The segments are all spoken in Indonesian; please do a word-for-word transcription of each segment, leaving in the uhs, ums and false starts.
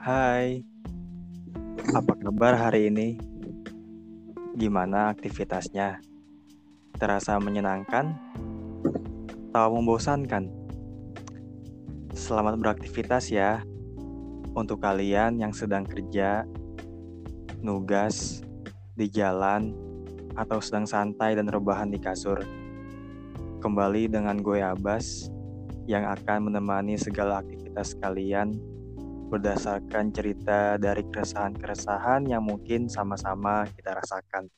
Hai, apa kabar hari ini? Gimana aktivitasnya? Terasa menyenangkan atau membosankan? Selamat beraktivitas ya untuk kalian yang sedang kerja, nugas, di jalan, atau sedang santai dan rebahan di kasur. Kembali dengan gue Abbas yang akan menemani segala aktivitas kalian berdasarkan cerita dari keresahan-keresahan yang mungkin sama-sama kita rasakan.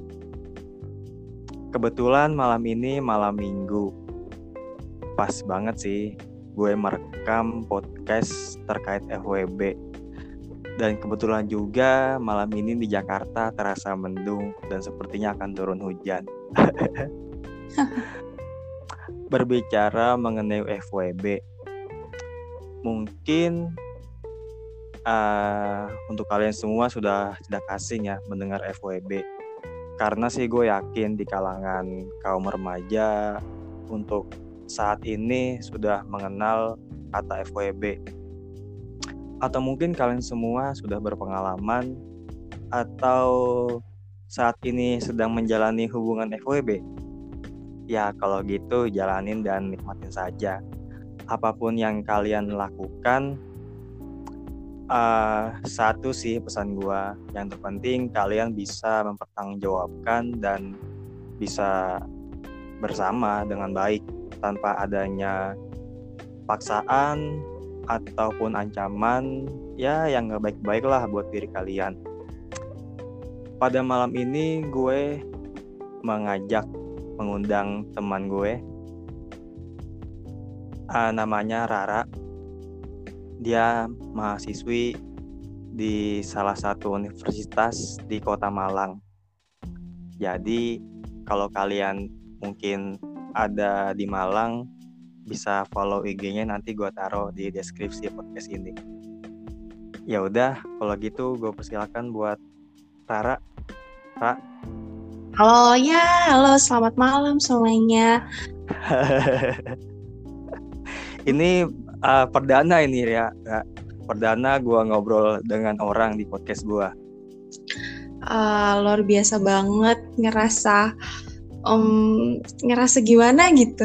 Kebetulan malam ini malam minggu. Pas banget sih gue merekam podcast terkait F W B. Dan kebetulan juga malam ini di Jakarta terasa mendung dan sepertinya akan turun hujan. Berbicara mengenai F W B, mungkin Uh, untuk kalian semua sudah tidak asing ya mendengar F W B. Karena sih gue yakin di kalangan kaum remaja untuk saat ini sudah mengenal kata F W B. Atau mungkin kalian semua sudah berpengalaman atau saat ini sedang menjalani hubungan F W B. Ya kalau gitu jalanin dan nikmatin saja. Apapun yang kalian lakukan, Uh, satu sih pesan gue, yang terpenting kalian bisa mempertanggungjawabkan dan bisa bersama dengan baik tanpa adanya paksaan ataupun ancaman ya yang gak baik-baik lah buat diri kalian. Pada malam ini gue mengajak mengundang teman gue, uh, namanya Rara. Dia mahasiswi di salah satu universitas di Kota Malang. Jadi kalau kalian mungkin ada di Malang, bisa follow I G-nya, nanti gue taruh di deskripsi podcast ini. Ya udah, kalau gitu gue persilakan buat Rara. Ra. Halo ya, halo selamat malam semuanya. Ini uh, perdana ini ya, ya. Perdana gue ngobrol dengan orang di podcast gue. Uh, luar biasa banget, ngerasa um, ngerasa gimana gitu.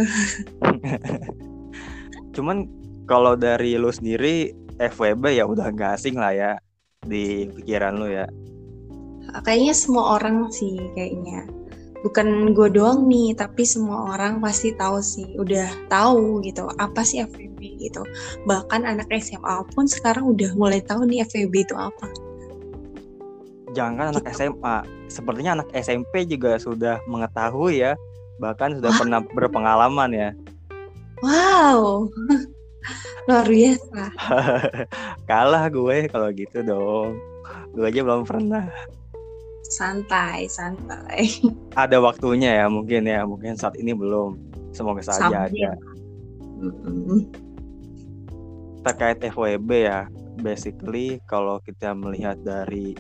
Cuman kalau dari lu sendiri F W B ya udah gak asing lah ya di pikiran lu ya. Kayaknya semua orang sih kayaknya. Bukan gue doang nih, tapi semua orang pasti tahu sih, udah tahu gitu apa sih F W B gitu. Bahkan anak S M A pun sekarang udah mulai tahu nih F W B itu apa. Jangan anak gitu. S M A, sepertinya anak S M P juga sudah mengetahui ya, bahkan sudah Wah. pernah berpengalaman ya. Wow, luar biasa. Kalah gue kalau gitu dong, gue aja belum pernah. Santai, santai. Ada waktunya ya mungkin ya, mungkin saat ini belum. Semoga saja Sambil. ada. Mm-hmm. Terkait F W B ya, basically kalau kita melihat dari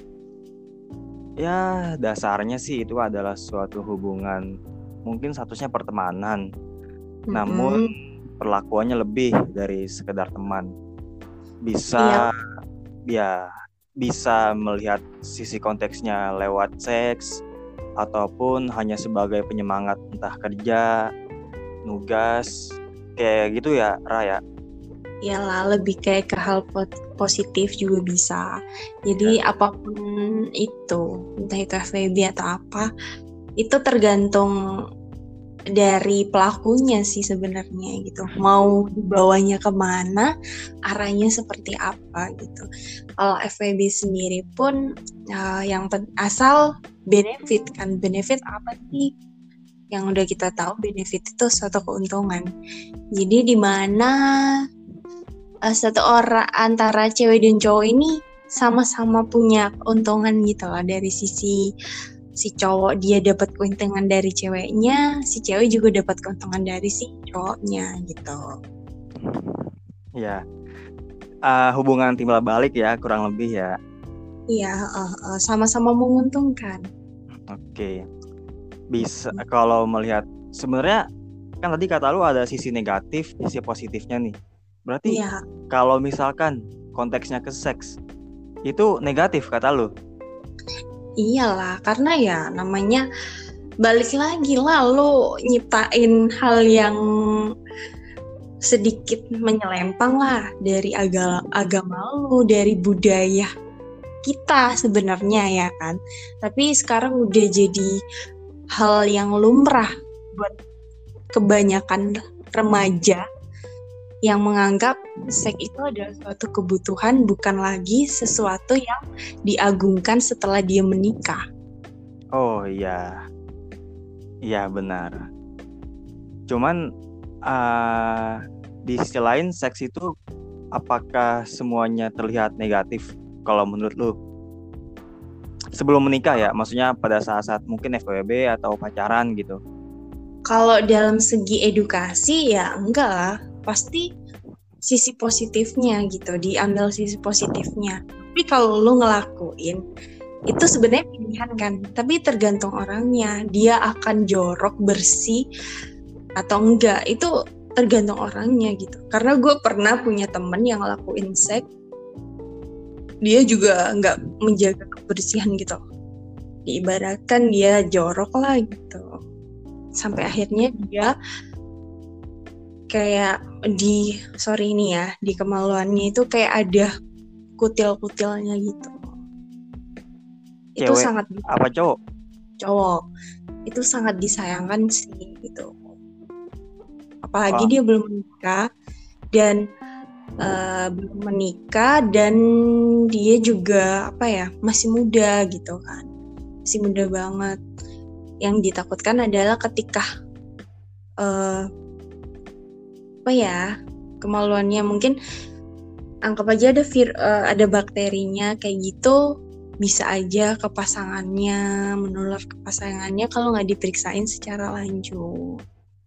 ya dasarnya sih itu adalah suatu hubungan, mungkin statusnya pertemanan, mm-hmm. namun perlakuannya lebih dari sekedar teman. Bisa iya. ya bisa melihat sisi konteksnya lewat seks ataupun hanya sebagai penyemangat entah kerja, nugas, kayak gitu ya, Raya. Iyalah, lebih kayak ke hal positif juga bisa. Jadi ya. Apapun itu, entah itu F W B atau apa, itu tergantung dari pelakunya sih sebenarnya gitu. Mau dibawanya kemana, arahnya seperti apa gitu. Kalau F W B sendiri pun uh, yang pen- asal benefit kan, benefit apa sih? Yang udah kita tahu benefit itu suatu keuntungan. Jadi di mana uh, satu orang antara cewek dan cowok ini sama-sama punya keuntungan gitu loh, dari sisi si cowok dia dapat keuntungan dari ceweknya, si cewek juga dapat keuntungan dari si cowoknya gitu. Ya, uh, hubungan timbal balik ya kurang lebih ya. Iya, uh, uh, sama-sama menguntungkan. Oke, bisa hmm. kalau melihat sebenarnya kan tadi kata lu ada sisi negatif, sisi positifnya nih. Berarti ya. Kalau misalkan konteksnya ke seks, itu negatif kata lu? Iyalah, karena ya namanya balik lagi lah lo nyiptain hal yang sedikit menyelempang lah dari agama agama lo, dari budaya kita sebenarnya ya kan. Tapi sekarang udah jadi hal yang lumrah buat kebanyakan remaja yang menganggap seks itu adalah suatu kebutuhan, bukan lagi sesuatu yang diagungkan setelah dia menikah. Oh iya, iya benar. Cuman uh, di sisi lain seks itu apakah semuanya terlihat negatif kalau menurut lu? Sebelum menikah ya, maksudnya pada saat-saat mungkin F W B atau pacaran gitu. Kalau dalam segi edukasi ya enggak lah, pasti sisi positifnya gitu, diambil sisi positifnya. Tapi kalau lu ngelakuin itu sebenarnya pilihan kan, tapi tergantung orangnya, dia akan jorok bersih atau enggak, itu tergantung orangnya gitu. Karena gue pernah punya temen yang ngelakuin seks, dia juga nggak menjaga kebersihan gitu, diibaratkan dia jorok lah gitu, sampai akhirnya dia kayak di sorry ini ya di kemaluannya itu kayak ada kutil-kutilnya gitu. Itu Cewek sangat apa cowok? Cowok. Itu sangat disayangkan sih gitu. Apalagi Oh. dia belum menikah dan uh, belum menikah dan dia juga apa ya masih muda gitu kan, masih muda banget. Yang ditakutkan adalah ketika uh, apa ya kemaluannya mungkin anggap aja ada vir, uh, ada bakterinya kayak gitu, bisa aja ke pasangannya, menular ke pasangannya kalau nggak diperiksain secara lanjut.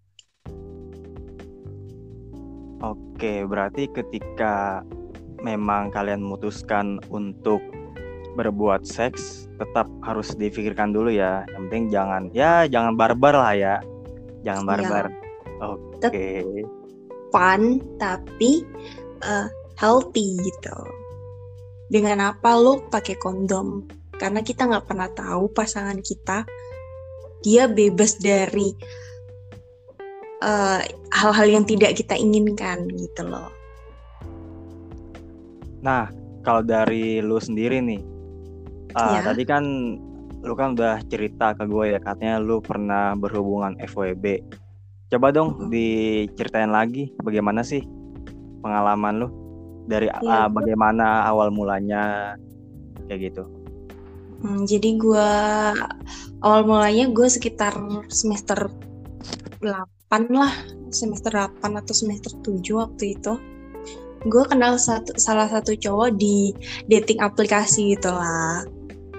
Oke, berarti ketika memang kalian memutuskan untuk berbuat seks, tetap harus dipikirkan dulu ya. Yang penting jangan ya jangan barbar lah ya, jangan barbar. Ya. Oke. Fun tapi uh, healthy gitu. Dengan apa lo pakai kondom? Karena kita nggak pernah tahu pasangan kita dia bebas dari uh, hal-hal yang tidak kita inginkan gitu loh. Nah, kalau dari lu sendiri nih, uh, ya. tadi kan lu kan udah cerita ke gue ya, katanya lu pernah berhubungan F W B. Coba dong mm-hmm. diceritain lagi bagaimana sih pengalaman lu dari ya, uh, bagaimana awal mulanya kayak gitu. Hmm, jadi gue awal mulanya gue sekitar semester delapan lah, semester delapan atau semester tujuh waktu itu. Gue kenal satu salah satu cowok di dating aplikasi gitu lah.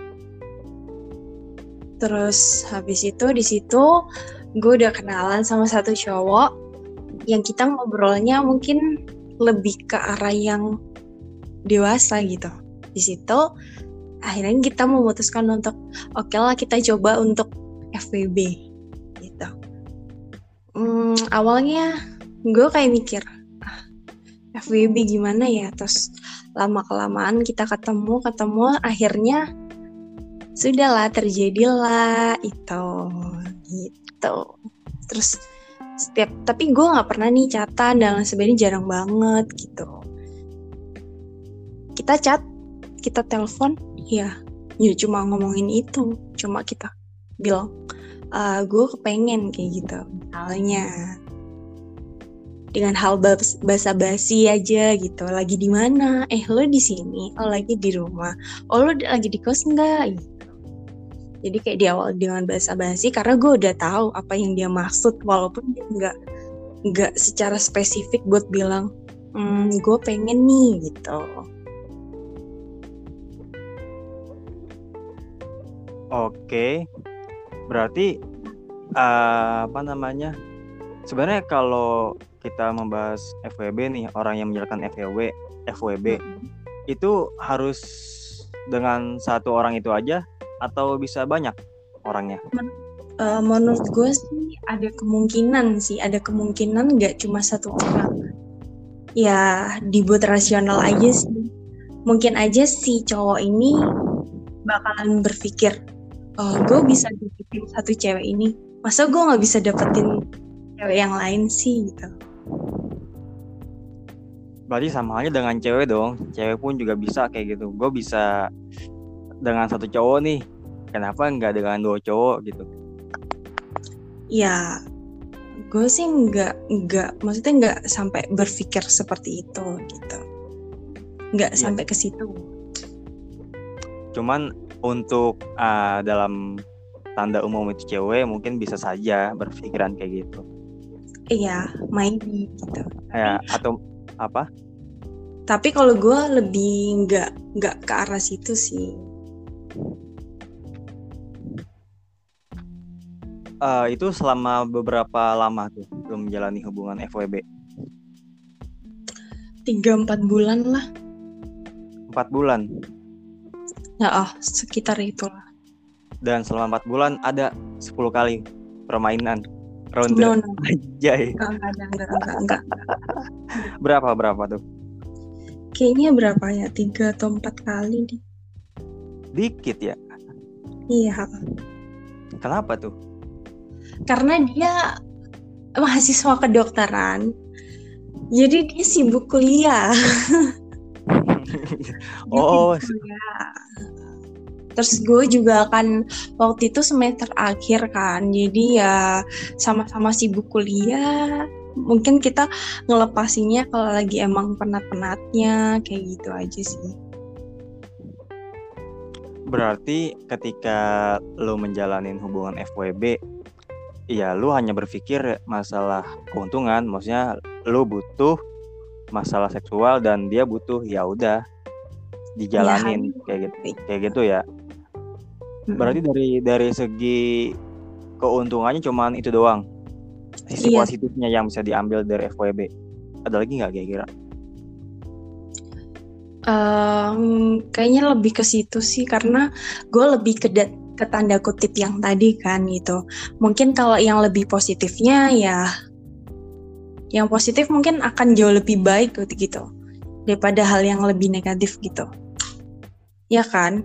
Terus habis itu di situ gue udah kenalan sama satu cowok yang kita ngobrolnya mungkin lebih ke arah yang dewasa gitu. Di situ akhirnya kita memutuskan untuk oke okay lah kita coba untuk F W B gitu. Hmm, awalnya gue kayak mikir ah, F W B gimana ya, terus lama kelamaan kita ketemu ketemu akhirnya sudahlah terjadilah itu gitu. Terus setiap tapi gue nggak pernah nih chatan dan sebenarnya jarang banget gitu. Kita chat, kita telepon, ya, ya cuma ngomongin itu, cuma kita bilang uh, gue kepengen kayak gitu, misalnya dengan hal basa-basi aja gitu. Lagi di mana? Eh lo di sini? Oh lagi di rumah. Oh lo lagi di kos enggak? Gitu. Jadi kayak di awal dengan basa-basi karena gue udah tahu apa yang dia maksud walaupun dia nggak nggak secara spesifik buat bilang hmm, gue pengen nih gitu. Oke, berarti uh, apa namanya? Sebenarnya kalau kita membahas F W B nih, orang yang menjalankan F W B, F W B hmm. itu harus dengan satu orang itu aja atau bisa banyak orangnya? Uh, menurut gue sih ada kemungkinan sih, ada kemungkinan nggak cuma satu orang. Ya dibuat rasional aja sih. mungkin aja si cowok ini bakalan berpikir, oh, gue bisa dapetin satu cewek ini, masa gue nggak bisa dapetin cewek yang lain sih gitu. Berarti sama halnya dengan cewek dong. Cewek pun juga bisa kayak gitu. Gue bisa dengan satu cowok nih, kenapa nggak dengan dua cowok gitu? Ya, gue sih nggak nggak maksudnya nggak sampai berpikir seperti itu gitu, nggak Iya. sampai ke situ. Cuman untuk uh, dalam tanda umum itu cewek mungkin bisa saja berpikiran kayak gitu. Iya, maybe gitu. Ya, atau apa? Tapi kalau gue lebih nggak nggak ke arah situ sih. Uh, itu selama beberapa lama tuh belum menjalani hubungan F W B? Tiga empat bulan lah. Empat bulan. Ya, oh, sekitar itulah. Dan selama empat bulan ada sepuluh kali permainan ronde. No, no. Anjay. Enggak, enggak, enggak, enggak, enggak. Berapa berapa tuh? Kayaknya berapa ya? Tiga atau empat kali nih. Dikit ya? Iya. Kenapa tuh? Karena dia mahasiswa kedokteran, jadi dia sibuk kuliah. Oh. Kuliah. Terus gue juga kan waktu itu semester akhir kan, jadi ya sama-sama sibuk kuliah. Mungkin kita ngelepasinnya kalau lagi emang penat-penatnya, kayak gitu aja sih. Berarti ketika lo menjalanin hubungan F W B, ya lo hanya berpikir masalah keuntungan, maksudnya lo butuh masalah seksual dan dia butuh, ya udah dijalanin ya, kayak gitu, kayak gitu ya. Berarti dari dari segi keuntungannya cuman itu doang. Sisi iya. Positifnya yang bisa diambil dari F W B. Ada lagi nggak kira-kira? Um, kayaknya lebih ke situ sih, karena gue lebih ke, da- ke tanda kutip yang tadi kan gitu. Mungkin kalau yang lebih positifnya ya, yang positif mungkin akan jauh lebih baik gitu daripada hal yang lebih negatif gitu. Ya kan?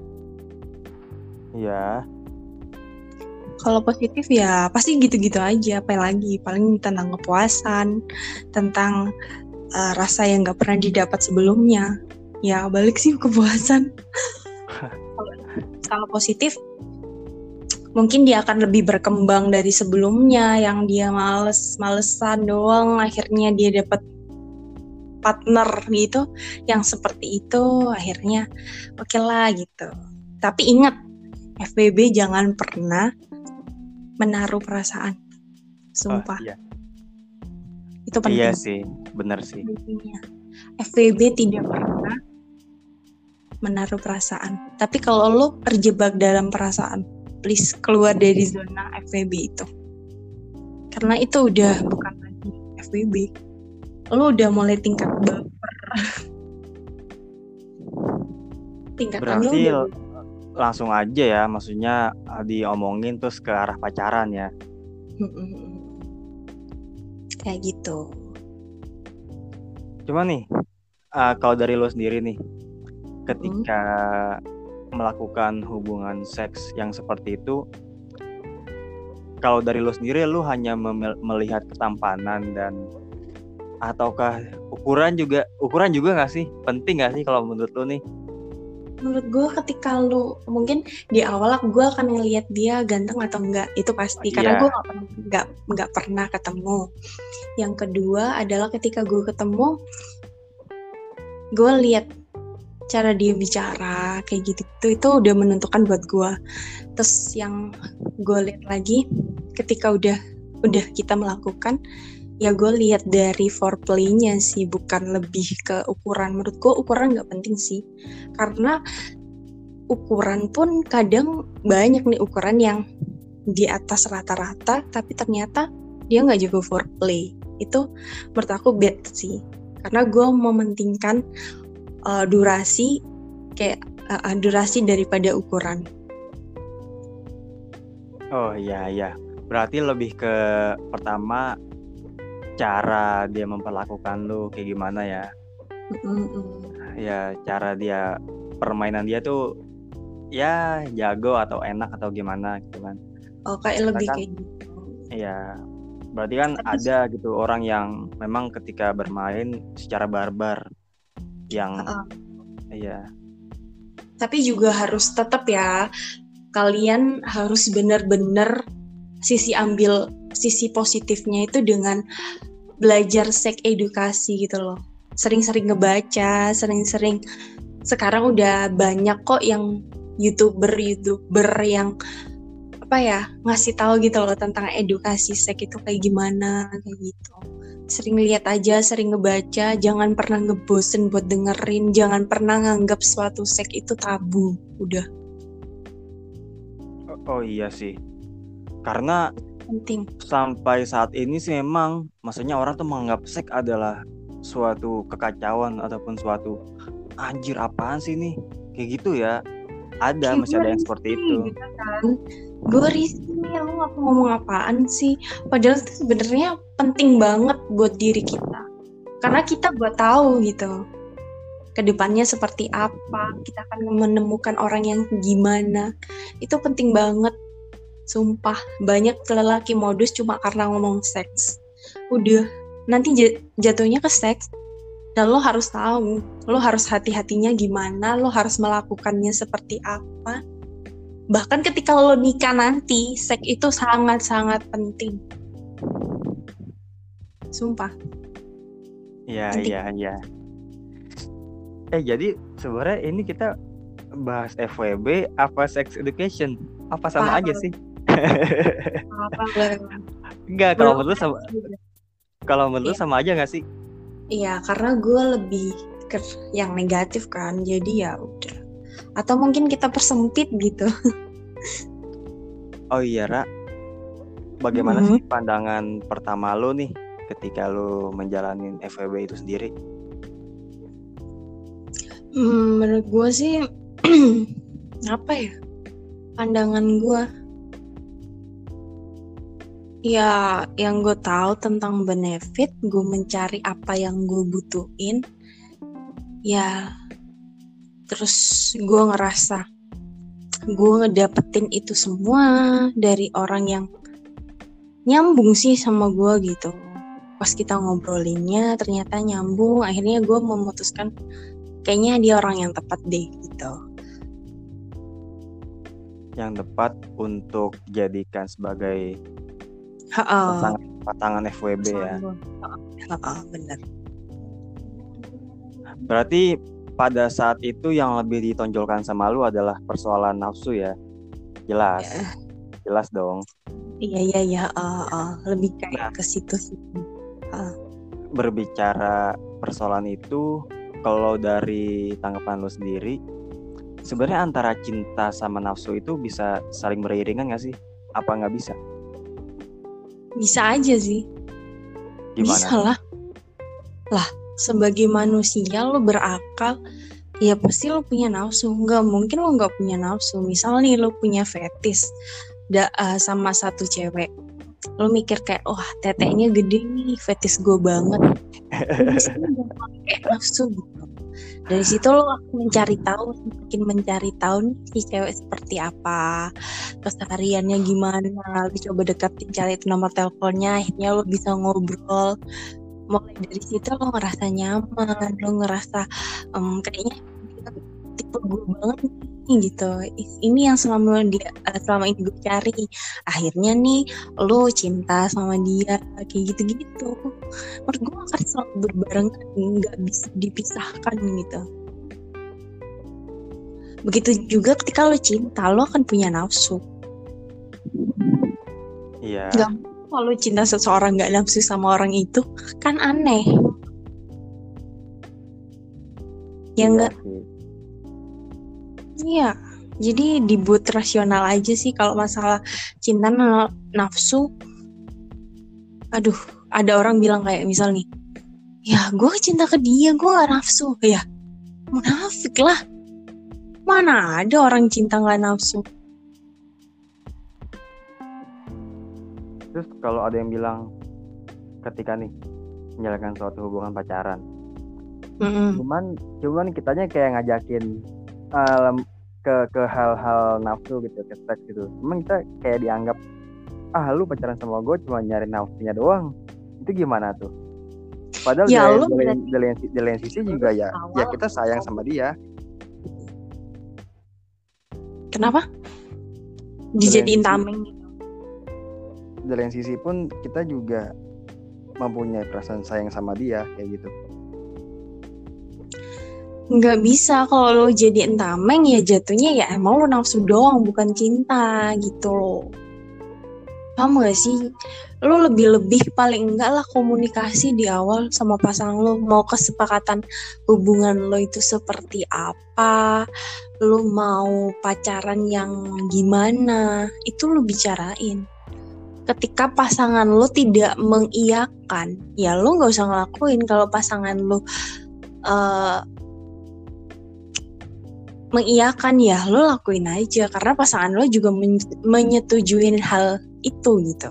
Iya. Kalau positif ya pasti gitu-gitu aja, apa lagi, paling tentang kepuasan, tentang uh, rasa yang gak pernah didapat sebelumnya. Ya balik sih kepuasan. Kalau positif, mungkin dia akan lebih berkembang dari sebelumnya, yang dia males-malesan doang, akhirnya dia dapat partner gitu, yang seperti itu, akhirnya oke okay lah gitu. Tapi ingat, F W B jangan pernah menaruh perasaan, sumpah. Oh, iya. Itu penting. Iya sih, benar sih. F W B tidak pernah menaruh perasaan. Tapi kalau lo terjebak dalam perasaan, please keluar dari zona F W B itu. Karena itu udah bukan lagi F W B. Lo udah mulai tingkat baper. Tingkatan berarti lo langsung aja ya, maksudnya diomongin terus ke arah pacaran ya. Kayak gitu. Cuma nih, uh, kalau dari lo sendiri nih, ketika hmm. melakukan hubungan seks yang seperti itu, kalau dari lo sendiri, lo hanya mem- melihat ketampanan dan ataukah ukuran juga, ukuran juga nggak sih? Penting nggak sih kalau menurut lo nih? Menurut gue ketika lu mungkin di awal gue akan ngelihat dia ganteng atau enggak, itu pasti, oh, karena yeah. gue nggak pernah nggak nggak pernah ketemu. Yang kedua adalah ketika gue ketemu, gue lihat cara dia bicara kayak gitu, itu udah menentukan buat gue. Terus yang gue lihat lagi ketika udah udah kita melakukan, ya gue lihat dari foreplay-nya sih, bukan lebih ke ukuran. Menurut gue ukuran nggak penting sih, karena ukuran pun kadang banyak nih ukuran yang di atas rata-rata tapi ternyata dia nggak jago foreplay. Itu menurut aku bad sih, karena gue mementingkan uh, durasi kayak uh, durasi daripada ukuran. Oh iya iya, berarti lebih ke pertama cara dia memperlakukan lu kayak gimana ya. Mm-mm. Ya cara dia, permainan dia tuh ya jago atau enak atau gimana gitu kan. Oh, kayak Karena lebih kan kayak gitu. ya berarti kan Tapi ada gitu orang yang memang ketika bermain secara barbar yang uh, ya tapi juga harus tetap ya, kalian harus benar-benar sisi ambil sisi positifnya itu dengan belajar seks edukasi gitu loh. Sering-sering ngebaca, sering-sering, sekarang udah banyak kok yang youtuber-youtuber yang apa ya, ngasih tahu gitu loh tentang edukasi seks itu kayak gimana kayak gitu. Sering lihat aja, sering ngebaca, jangan pernah ngebosen buat dengerin, jangan pernah nganggap suatu seks itu tabu. Udah oh, oh iya sih. Karena penting. sampai saat ini sih memang maksudnya orang tuh menganggap seks adalah suatu kekacauan ataupun suatu anjir apaan sih nih kayak gitu ya, ada Kayak masih gue ada yang seperti risih itu. gitu kan. Gue risih, aku gak ngomong apaan sih. Padahal itu sebenarnya penting banget buat diri kita. Karena kita buat tahu gitu, kedepannya seperti apa, kita akan menemukan orang yang gimana. Itu penting banget. Sumpah, banyak lelaki modus cuma karena ngomong seks. Udah, nanti j- jatuhnya ke seks. Dan lo harus tahu, lo harus hati-hatinya gimana, lo harus melakukannya seperti apa. Bahkan ketika lo nikah nanti, seks itu sangat-sangat penting. Sumpah. Iya Penting. iya iya. Eh jadi sebenarnya ini kita bahas F W B apa sex education? Apa sama aja Parah, sih? parah banget. Enggak, kalau Belum menurut lu sama juga. kalau menurut lu Iya, sama aja nggak sih? iya, karena gue lebih ke yang negatif kan, jadi ya udah. Atau mungkin kita persempit gitu. Oh iya, Ra. Bagaimana Hmm. sih pandangan pertama lu nih ketika lu menjalani F W B itu sendiri? Hmm, menurut gue sih apa ya? Pandangan gue, ya yang gue tahu tentang benefit, gue mencari apa yang gue butuhin. Ya, terus gue ngerasa gue ngedapetin itu semua dari orang yang nyambung sih sama gue gitu. Pas kita ngobrolinnya ternyata nyambung, akhirnya gue memutuskan kayaknya dia orang yang tepat deh gitu. Yang tepat untuk dijadikan sebagai Ha-ha. pasangan, pasangan F W B ya. Ha-ha, bener. Berarti pada saat itu yang lebih ditonjolkan sama lu adalah persoalan nafsu ya? Jelas, Ya. jelas dong. Iya iya iya, uh, uh, lebih kayak Nah, ke situ sih. Uh. berbicara persoalan itu, kalau dari tanggapan lu sendiri, sebenarnya antara cinta sama nafsu itu bisa saling beriringan nggak sih? Apa nggak bisa? Bisa aja sih. Gimana? Bisa lah. Lah, sebagai manusia lo berakal, ya pasti lo punya nafsu. Nggak mungkin lo nggak punya nafsu. Misal nih lo punya fetis da, uh, sama satu cewek. Lo mikir kayak, wah oh, teteknya gede nih, fetis gue banget. Pasti lo pakai nafsu gitu. Dari situ lo akan mencari tahu, semakin mencari tahu nih si cewek seperti apa, kesehariannya gimana, lo coba deketin, cari nomor teleponnya, akhirnya lo bisa ngobrol. Mulai dari situ lo ngerasa nyaman, lo ngerasa um, kayaknya tipe gue banget nih gitu. Ini yang selama dia selama ini gue cari. Akhirnya nih lo cinta sama dia kayak gitu-gitu. Menurut gue akan selalu berbarengan, nggak bisa dipisahkan gitu. Begitu juga ketika lo cinta, lo akan punya nafsu. Iya. Gak kalau cinta seseorang nggak nafsu sama orang itu kan aneh. Ya enggak? Iya. Jadi dibuat rasional aja sih kalau masalah cinta nafsu. Aduh, ada orang bilang kayak misal nih, ya gue cinta ke dia, gue gak nafsu. Ya, munafik lah. Mana ada orang cinta gak nafsu. Terus kalau ada yang bilang ketika nih menjalankan suatu hubungan pacaran, Mm-mm. Cuman cuman kitanya kayak ngajakin uh, ke ke hal-hal nafsu gitu, ke seks gitu. Cuman kita kayak dianggap, ah lu pacaran sama gue cuma nyari nafsunya doang. Itu gimana tuh? Padahal Ya dari lu dari berarti dari, dari sisi juga ya awal ya kita sayang sama dia. kenapa? Dari Dijadiin sisi, tameng. dari sisi pun kita juga mempunyai perasaan sayang sama dia kayak gitu. Nggak bisa kalau lo jadiin tameng ya jatuhnya ya emang lo nafsu doang bukan cinta gitu loh. Paham gak sih? Lo lebih-lebih paling enggak lah komunikasi di awal sama pasangan lo. Mau kesepakatan hubungan lo itu seperti apa, lo mau pacaran yang gimana, itu lo bicarain. Ketika pasangan lo tidak mengiyakan, ya lo gak usah ngelakuin. Kalau pasangan lo uh, mengiyakan ya lo lakuin aja. Karena pasangan lo juga men- menyetujui hal itu gitu.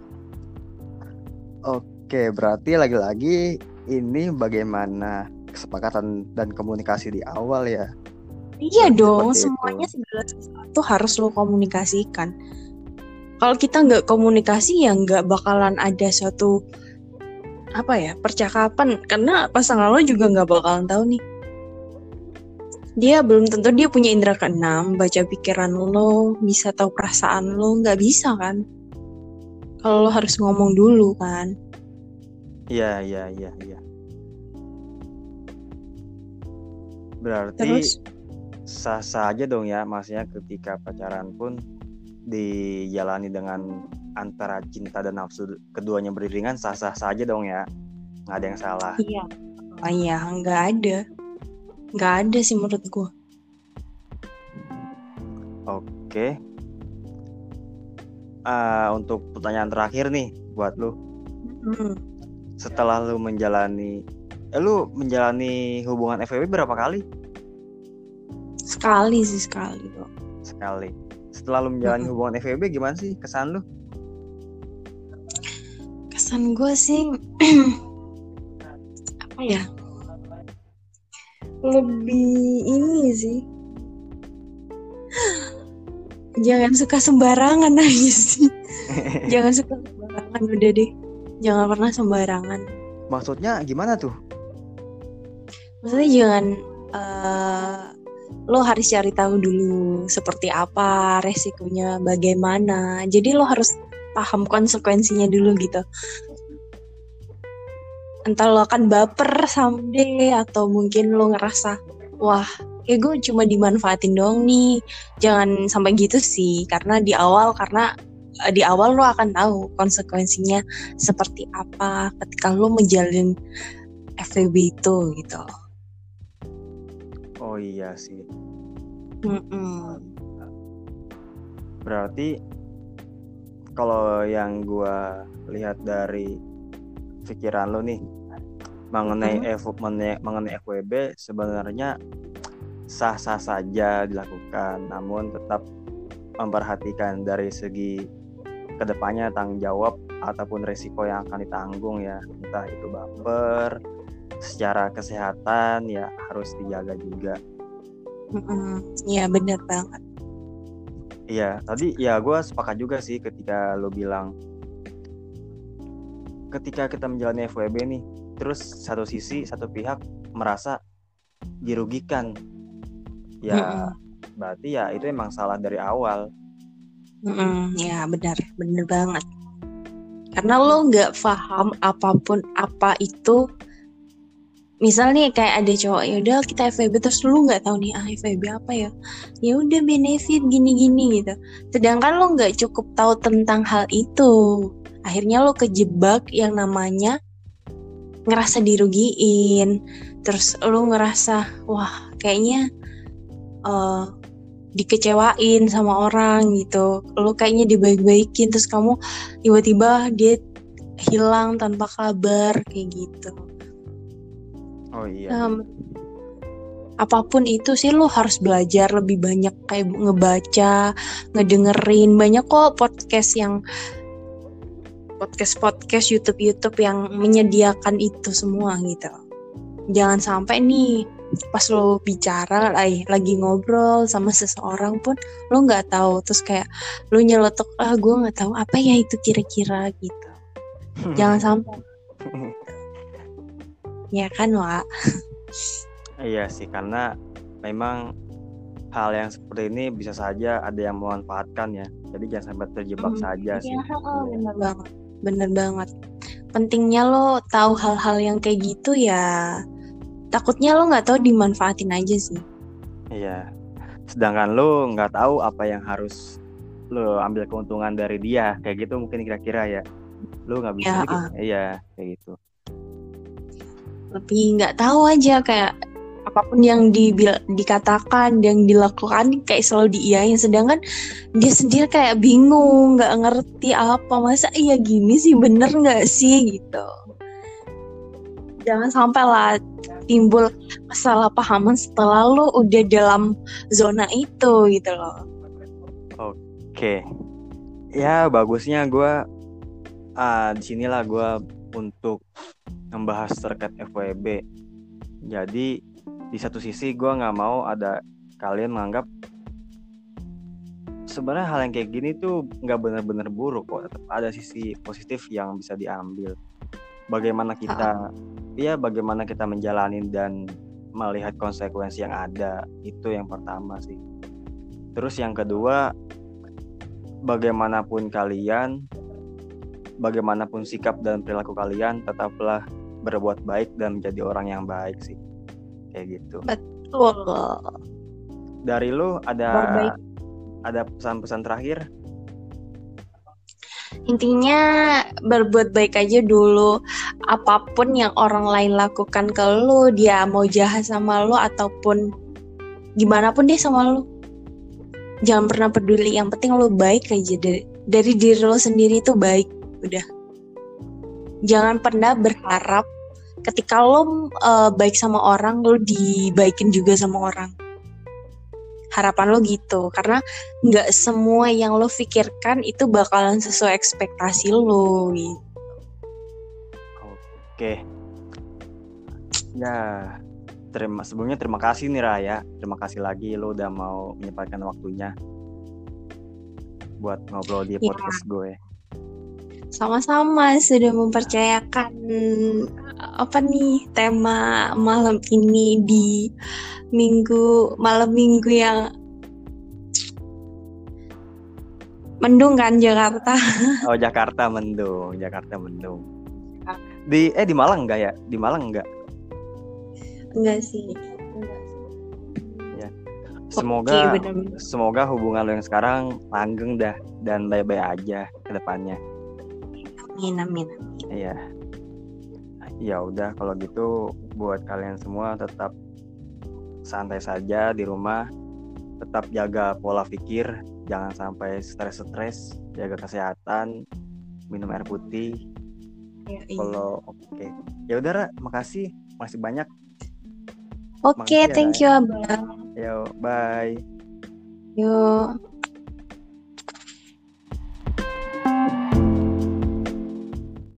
Oke, berarti lagi-lagi ini bagaimana kesepakatan dan komunikasi di awal ya. Iya Berarti dong, seperti semuanya itu. segala sesuatu harus lo komunikasikan. Kalau kita nggak komunikasi ya nggak bakalan ada suatu apa ya percakapan, karena pasangan lo juga nggak bakalan tahu nih. Dia belum tentu dia punya indera keenam, baca pikiran lo, bisa tahu perasaan lo, nggak bisa kan? Kalau lo harus ngomong dulu kan. Iya, iya, iya, iya. Berarti Terus sah-sah aja dong ya, maksudnya ketika pacaran pun dijalani dengan antara cinta dan nafsu keduanya beriringan, sah-sah saja dong ya, nggak ada yang salah. iya, oh iya nggak ada, nggak ada sih menurut gue. Oke. Uh, untuk pertanyaan terakhir nih buat lu. Hmm. Setelah lu menjalani, eh, lu menjalani hubungan F W B berapa kali? Sekali sih sekali kok. Sekali. Setelah lu menjalani hmm. hubungan F W B gimana sih kesan lu? Kesan gue sih apa ya? Lebih ini sih. Jangan suka sembarangan aja sih. Jangan suka sembarangan udah deh. Jangan pernah sembarangan. Maksudnya gimana tuh? Maksudnya jangan uh, lo harus cari tahu dulu seperti apa resikonya, bagaimana. Jadi lo harus paham konsekuensinya dulu gitu. Entah lo akan baper someday atau mungkin lo ngerasa wah kayak gue cuma dimanfaatin doang nih. Jangan sampai gitu sih, karena di awal karena di awal lo akan tahu konsekuensinya seperti apa ketika lo menjalin F W B itu gitu. Oh iya sih. Mm-mm. Berarti kalau yang gue lihat dari pikiran lo nih mengenai mm-hmm. F, mengenai F W B sebenarnya sah-sah saja dilakukan, namun tetap memperhatikan dari segi kedepannya tanggung jawab ataupun risiko yang akan ditanggung ya, entah itu baper, secara kesehatan ya harus dijaga juga. Iya benar banget. Iya tadi ya gue sepakat juga sih ketika lo bilang ketika kita menjalani F W B nih, terus satu sisi satu pihak merasa dirugikan. Ya mm-mm. berarti ya itu emang salah dari awal. Mm-mm, ya benar, benar banget. Karena lo nggak paham apapun apa itu. Misalnya kayak ada cowok, ya udah kita F W B terus lo nggak tahu nih ah F W B apa ya? Ya udah benefit gini-gini gitu. Sedangkan lo nggak cukup tahu tentang hal itu. Akhirnya lo kejebak yang namanya ngerasa dirugiin. Terus lo ngerasa wah kayaknya Uh, dikecewain sama orang gitu, lo kayaknya dibaik-baikin terus kamu tiba-tiba dia hilang tanpa kabar kayak gitu. Oh iya. Um, apapun itu sih lo harus belajar lebih banyak kayak ngebaca, ngedengerin banyak kok podcast yang podcast-podcast YouTube-YouTube yang menyediakan itu semua gitu. jangan sampai nih pas lo bicara lagi, lagi ngobrol sama seseorang pun lo nggak tahu, terus kayak lo nyeletuk, ah gue nggak tahu apa ya itu kira-kira gitu. Jangan sampai. Ya kan, Wak? Iya sih, karena memang hal yang seperti ini bisa saja ada yang memanfaatkan ya. Jadi jangan sampai terjebak Hmm, saja iya, sih. oh, bener banget, bener banget. Pentingnya lo tahu hal-hal yang kayak gitu ya. Takutnya lo nggak tahu dimanfaatin aja sih. Iya. Sedangkan lo nggak tahu apa yang harus lo ambil keuntungan dari dia, kayak gitu mungkin kira-kira ya. Lo nggak bisa. Ya, Jadi, ah. iya kayak gitu. Lebih nggak tahu aja, kayak apapun yang dibil- dikatakan, yang dilakukan kayak selalu diiyain, sedangkan dia sendiri kayak bingung, nggak ngerti apa, masa iya gini sih, bener nggak sih gitu. Jangan sampai lah timbul kesalahpahaman setelah lo udah dalam zona itu gitu loh. Oke, ya bagusnya gue ah disinilah gue untuk membahas terkait F W B. Jadi di satu sisi gue nggak mau ada kalian menganggap sebenarnya hal yang kayak gini tuh nggak benar-benar buruk kok, tetap ada sisi positif yang bisa diambil. Bagaimana kita, ya bagaimana kita menjalani dan melihat konsekuensi yang ada, itu yang pertama sih. Terus yang kedua, bagaimanapun kalian, bagaimanapun sikap dan perilaku kalian, tetaplah berbuat baik dan menjadi orang yang baik sih, kayak gitu. Betul. Dari lu ada Berbaik. ada pesan-pesan terakhir? Intinya berbuat baik aja dulu. Apapun yang orang lain lakukan ke lu, dia mau jahat sama lu ataupun gimana pun deh sama lu, jangan pernah peduli. Yang penting lu baik aja dari, dari diri lu sendiri itu baik. Udah. Jangan pernah berharap ketika lu uh, baik sama orang, lu dibaikin juga sama orang. Harapan lo gitu, karena nggak semua yang lo pikirkan itu bakalan sesuai ekspektasi lo gitu. Oke, ya terima sebelumnya terima kasih nih Raya, terima kasih lagi lo udah mau menyempatkan waktunya buat ngobrol di Ya. podcast gue. Sama-sama sudah mempercayakan apa nih tema malam ini di minggu malam minggu yang mendung kan Jakarta. Oh Jakarta mendung, Jakarta mendung. Di eh di Malang enggak ya? Di Malang enggak? Enggak sih. Enggak. Ya. Semoga Oke, bener-bener. semoga hubungan lo yang sekarang langgeng dah dan baik-baik aja ke depannya. Amin, amin. Iya. Ya udah kalau gitu buat kalian semua tetap santai saja di rumah, tetap jaga pola pikir, jangan sampai stres-stres, jaga kesehatan, minum air putih. Ya, iya. Kalau oke, okay. Ya udah Ra, makasih, masih banyak. Oke, okay, thank you Abang. Yo, bye. Yo.